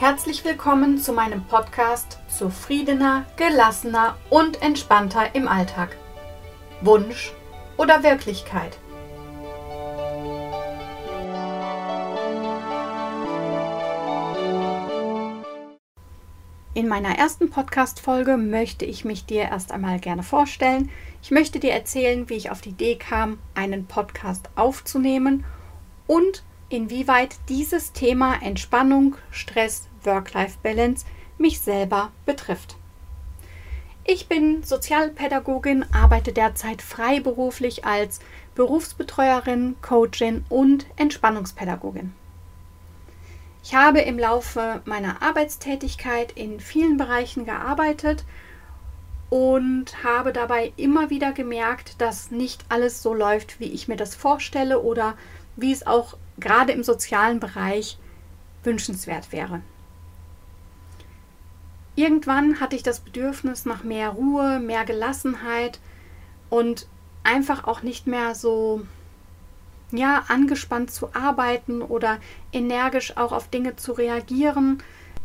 Herzlich willkommen zu meinem Podcast Zufriedener, gelassener und entspannter im Alltag. Wunsch oder Wirklichkeit? In meiner ersten Podcast-Folge möchte ich mich dir erst einmal gerne vorstellen. Ich möchte dir erzählen, wie ich auf die Idee kam, einen Podcast aufzunehmen und inwieweit dieses Thema Entspannung, Stress, Work-Life-Balance mich selber betrifft. Ich bin Sozialpädagogin, arbeite derzeit freiberuflich als Berufsbetreuerin, Coachin und Entspannungspädagogin. Ich habe im Laufe meiner Arbeitstätigkeit in vielen Bereichen gearbeitet und habe dabei immer wieder gemerkt, dass nicht alles so läuft, wie ich mir das vorstelle oder wie es auch gerade im sozialen Bereich wünschenswert wäre. Irgendwann hatte ich das Bedürfnis nach mehr Ruhe, mehr Gelassenheit und einfach auch nicht mehr so angespannt zu arbeiten oder energisch auch auf Dinge zu reagieren.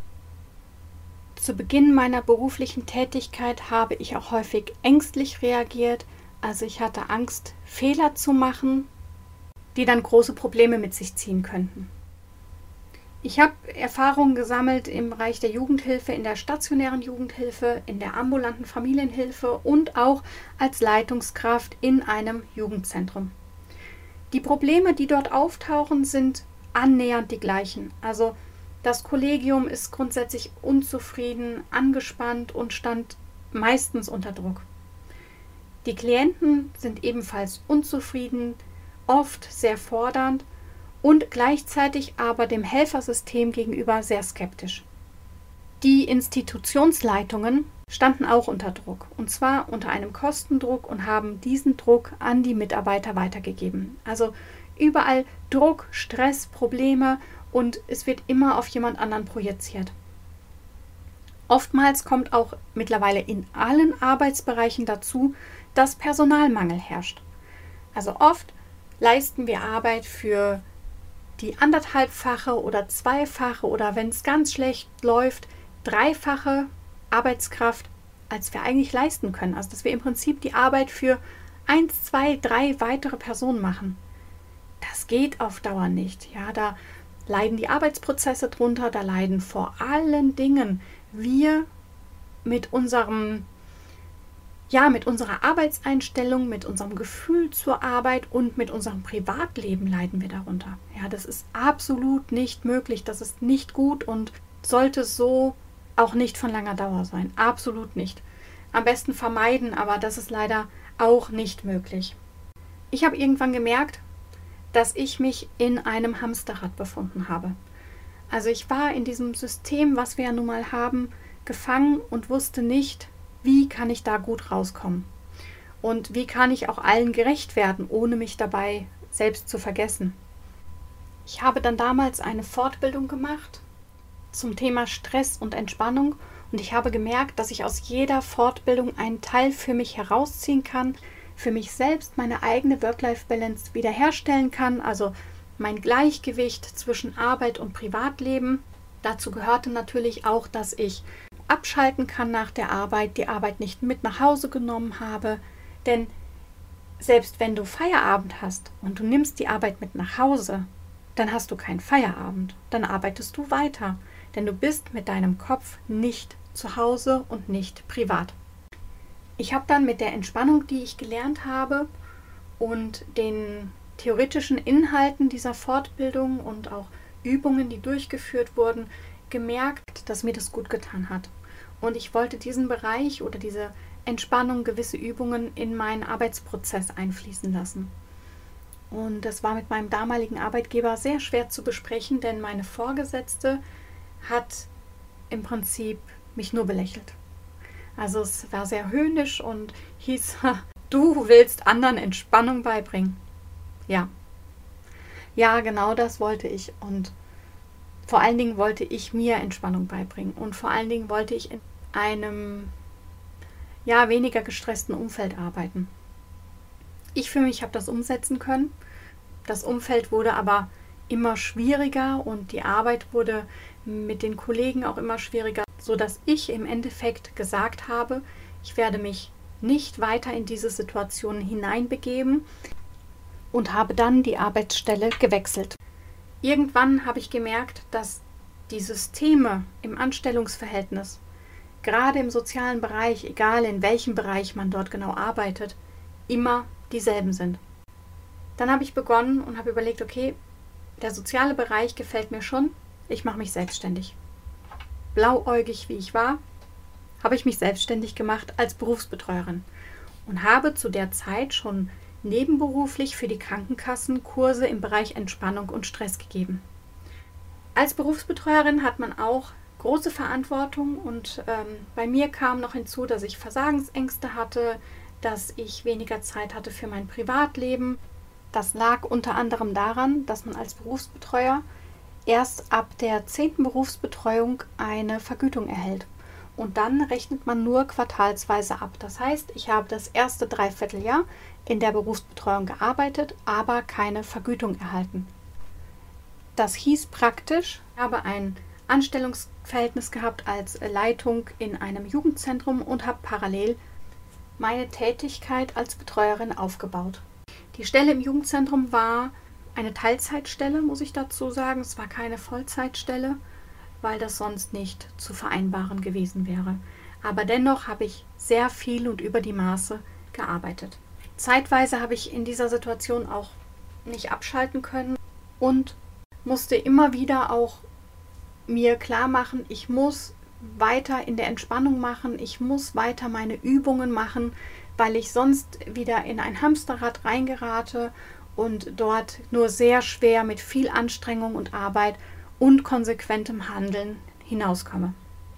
Zu Beginn meiner beruflichen Tätigkeit habe ich auch häufig ängstlich reagiert. Also ich hatte Angst, Fehler zu machen, die dann große Probleme mit sich ziehen könnten. Ich habe Erfahrungen gesammelt im Bereich der Jugendhilfe, in der stationären Jugendhilfe, in der ambulanten Familienhilfe und auch als Leitungskraft in einem Jugendzentrum. Die Probleme, die dort auftauchen, sind annähernd die gleichen. Also das Kollegium ist grundsätzlich unzufrieden, angespannt und stand meistens unter Druck. Die Klienten sind ebenfalls unzufrieden, oft sehr fordernd und gleichzeitig aber dem Helfersystem gegenüber sehr skeptisch. Die Institutionsleitungen standen auch unter Druck, und zwar unter einem Kostendruck und haben diesen Druck an die Mitarbeiter weitergegeben. Also überall Druck, Stress, Probleme und es wird immer auf jemand anderen projiziert. Oftmals kommt auch mittlerweile in allen Arbeitsbereichen dazu, dass Personalmangel herrscht. Also oft leisten wir Arbeit für die 1,5-fache oder 2-fache oder wenn es ganz schlecht läuft, 3-fache Arbeitskraft, als wir eigentlich leisten können. Also dass wir im Prinzip die Arbeit für 1, 2, 3 weitere Personen machen. Das geht auf Dauer nicht. Ja, da leiden die Arbeitsprozesse drunter, da leiden vor allen Dingen wir mit unserer Arbeitseinstellung, mit unserem Gefühl zur Arbeit und mit unserem Privatleben leiden wir darunter. Ja, das ist absolut nicht möglich, das ist nicht gut und sollte so auch nicht von langer Dauer sein. Absolut nicht. Am besten vermeiden, aber das ist leider auch nicht möglich. Ich habe irgendwann gemerkt, dass ich mich in einem Hamsterrad befunden habe. Also ich war in diesem System, was wir ja nun mal haben, gefangen und wusste nicht, wie kann ich da gut rauskommen? Und wie kann ich auch allen gerecht werden, ohne mich dabei selbst zu vergessen? Ich habe dann damals eine Fortbildung gemacht zum Thema Stress und Entspannung und ich habe gemerkt, dass ich aus jeder Fortbildung einen Teil für mich herausziehen kann, für mich selbst meine eigene Work-Life-Balance wiederherstellen kann, also mein Gleichgewicht zwischen Arbeit und Privatleben. Dazu gehörte natürlich auch, dass ich abschalten kann nach der Arbeit, die Arbeit nicht mit nach Hause genommen habe, denn selbst wenn du Feierabend hast und du nimmst die Arbeit mit nach Hause, dann hast du keinen Feierabend, dann arbeitest du weiter, denn du bist mit deinem Kopf nicht zu Hause und nicht privat. Ich habe dann mit der Entspannung, die ich gelernt habe und den theoretischen Inhalten dieser Fortbildung und auch Übungen, die durchgeführt wurden, gemerkt, dass mir das gut getan hat. Und ich wollte diesen Bereich oder diese Entspannung, gewisse Übungen in meinen Arbeitsprozess einfließen lassen. Und das war mit meinem damaligen Arbeitgeber sehr schwer zu besprechen, denn meine Vorgesetzte hat im Prinzip mich nur belächelt. Also es war sehr höhnisch und hieß, du willst anderen Entspannung beibringen. Ja, genau das wollte ich und vor allen Dingen wollte ich mir Entspannung beibringen und vor allen Dingen wollte ich in einem weniger gestressten Umfeld arbeiten. Ich für mich habe das umsetzen können. Das Umfeld wurde aber immer schwieriger und die Arbeit wurde mit den Kollegen auch immer schwieriger, sodass ich im Endeffekt gesagt habe, ich werde mich nicht weiter in diese Situation hineinbegeben und habe dann die Arbeitsstelle gewechselt. Irgendwann habe ich gemerkt, dass die Systeme im Anstellungsverhältnis, gerade im sozialen Bereich, egal in welchem Bereich man dort genau arbeitet, immer dieselben sind. Dann habe ich begonnen und habe überlegt, okay, der soziale Bereich gefällt mir schon, ich mache mich selbstständig. Blauäugig wie ich war, habe ich mich selbstständig gemacht als Berufsbetreuerin und habe zu der Zeit schon nebenberuflich für die Krankenkassen Kurse im Bereich Entspannung und Stress gegeben. Als Berufsbetreuerin hat man auch große Verantwortung und bei mir kam noch hinzu, dass ich Versagensängste hatte, dass ich weniger Zeit hatte für mein Privatleben. Das lag unter anderem daran, dass man als Berufsbetreuer erst ab der 10. Berufsbetreuung eine Vergütung erhält. Und dann rechnet man nur quartalsweise ab. Das heißt, ich habe das erste Dreivierteljahr in der Berufsbetreuung gearbeitet, aber keine Vergütung erhalten. Das hieß praktisch, ich habe ein Anstellungsverhältnis gehabt als Leitung in einem Jugendzentrum und habe parallel meine Tätigkeit als Betreuerin aufgebaut. Die Stelle im Jugendzentrum war eine Teilzeitstelle, muss ich dazu sagen. Es war keine Vollzeitstelle, weil das sonst nicht zu vereinbaren gewesen wäre. Aber dennoch habe ich sehr viel und über die Maße gearbeitet. Zeitweise habe ich in dieser Situation auch nicht abschalten können und musste immer wieder auch mir klar machen, ich muss weiter in der Entspannung machen, ich muss weiter meine Übungen machen, weil ich sonst wieder in ein Hamsterrad reingerate und dort nur sehr schwer mit viel Anstrengung und Arbeit und konsequentem Handeln hinauskomme.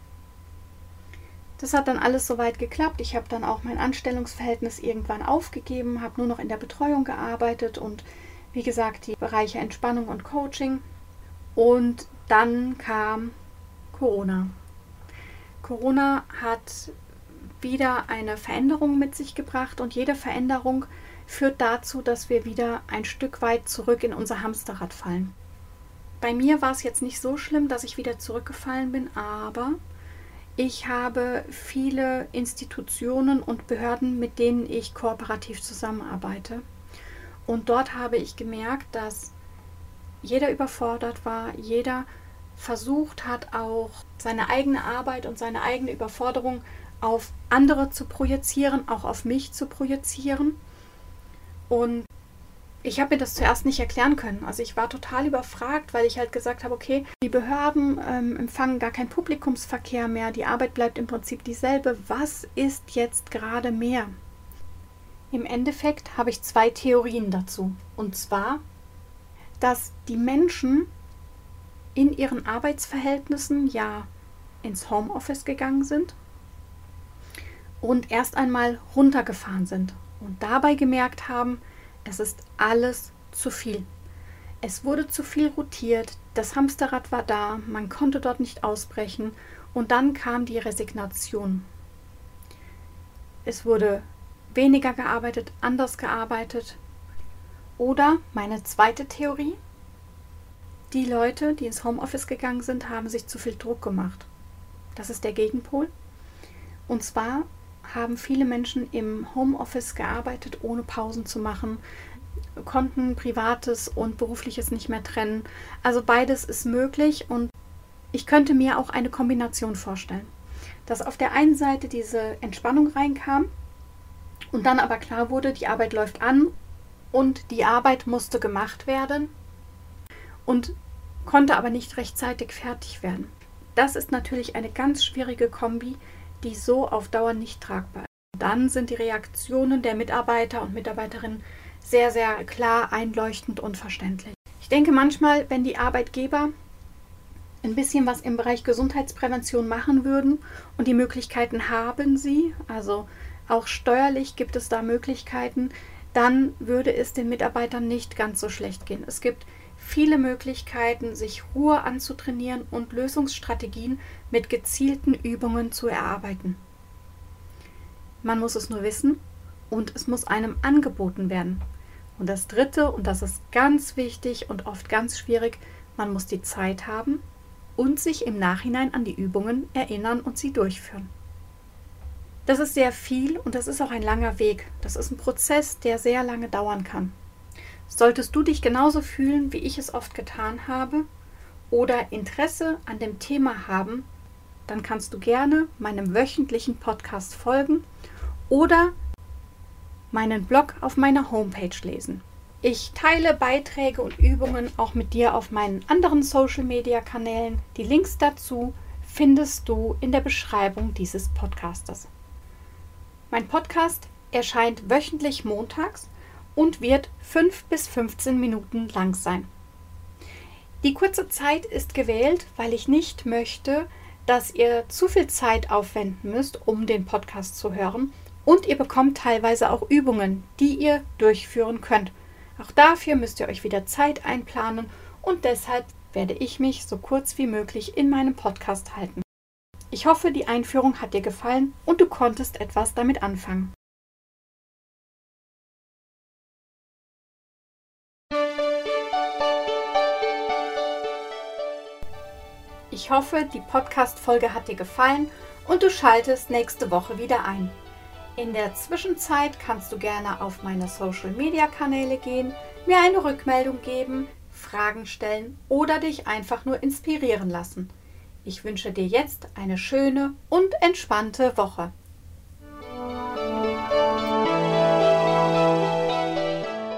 Das hat dann alles soweit geklappt. Ich habe dann auch mein Anstellungsverhältnis irgendwann aufgegeben, habe nur noch in der Betreuung gearbeitet und wie gesagt die Bereiche Entspannung und Coaching. Und dann kam Corona. Corona hat wieder eine Veränderung mit sich gebracht und jede Veränderung führt dazu, dass wir wieder ein Stück weit zurück in unser Hamsterrad fallen. Bei mir war es jetzt nicht so schlimm, dass ich wieder zurückgefallen bin, aber ich habe viele Institutionen und Behörden, mit denen ich kooperativ zusammenarbeite. Und dort habe ich gemerkt, dass jeder überfordert war, jeder versucht hat, auch seine eigene Arbeit und seine eigene Überforderung auf andere zu projizieren, auch auf mich zu projizieren. Und ich habe mir das zuerst nicht erklären können. Also ich war total überfragt, weil ich halt gesagt habe, okay, die Behörden empfangen gar keinen Publikumsverkehr mehr, die Arbeit bleibt im Prinzip dieselbe. Was ist jetzt gerade mehr? Im Endeffekt habe ich 2 Theorien dazu. Und zwar, dass die Menschen in ihren Arbeitsverhältnissen ja ins Homeoffice gegangen sind und erst einmal runtergefahren sind und dabei gemerkt haben, es ist alles zu viel. Es wurde zu viel rotiert, das Hamsterrad war da, man konnte dort nicht ausbrechen und dann kam die Resignation. Es wurde weniger gearbeitet, anders gearbeitet. Oder meine zweite Theorie, die Leute, die ins Homeoffice gegangen sind, haben sich zu viel Druck gemacht. Das ist der Gegenpol. Und zwar haben viele Menschen im Homeoffice gearbeitet, ohne Pausen zu machen, konnten Privates und Berufliches nicht mehr trennen. Also beides ist möglich und ich könnte mir auch eine Kombination vorstellen, dass auf der einen Seite diese Entspannung reinkam und dann aber klar wurde, die Arbeit läuft an und die Arbeit musste gemacht werden und konnte aber nicht rechtzeitig fertig werden. Das ist natürlich eine ganz schwierige Kombi, die so auf Dauer nicht tragbar ist. Dann sind die Reaktionen der Mitarbeiter und Mitarbeiterinnen sehr, sehr klar, einleuchtend und verständlich. Ich denke manchmal, wenn die Arbeitgeber ein bisschen was im Bereich Gesundheitsprävention machen würden und die Möglichkeiten haben sie, also auch steuerlich gibt es da Möglichkeiten, dann würde es den Mitarbeitern nicht ganz so schlecht gehen. Es gibt viele Möglichkeiten, sich Ruhe anzutrainieren und Lösungsstrategien mit gezielten Übungen zu erarbeiten. Man muss es nur wissen und es muss einem angeboten werden. Und das Dritte, und das ist ganz wichtig und oft ganz schwierig, man muss die Zeit haben und sich im Nachhinein an die Übungen erinnern und sie durchführen. Das ist sehr viel und das ist auch ein langer Weg. Das ist ein Prozess, der sehr lange dauern kann. Solltest du dich genauso fühlen, wie ich es oft getan habe, oder Interesse an dem Thema haben, dann kannst du gerne meinem wöchentlichen Podcast folgen oder meinen Blog auf meiner Homepage lesen. Ich teile Beiträge und Übungen auch mit dir auf meinen anderen Social-Media-Kanälen. Die Links dazu findest du in der Beschreibung dieses Podcastes. Mein Podcast erscheint wöchentlich montags und wird 5 bis 15 Minuten lang sein. Die kurze Zeit ist gewählt, weil ich nicht möchte, dass ihr zu viel Zeit aufwenden müsst, um den Podcast zu hören. Und ihr bekommt teilweise auch Übungen, die ihr durchführen könnt. Auch dafür müsst ihr euch wieder Zeit einplanen und deshalb werde ich mich so kurz wie möglich in meinem Podcast halten. Ich hoffe, die Einführung hat dir gefallen und du konntest etwas damit anfangen. Ich hoffe, die Podcast-Folge hat dir gefallen und du schaltest nächste Woche wieder ein. In der Zwischenzeit kannst du gerne auf meine Social-Media-Kanäle gehen, mir eine Rückmeldung geben, Fragen stellen oder dich einfach nur inspirieren lassen. Ich wünsche dir jetzt eine schöne und entspannte Woche.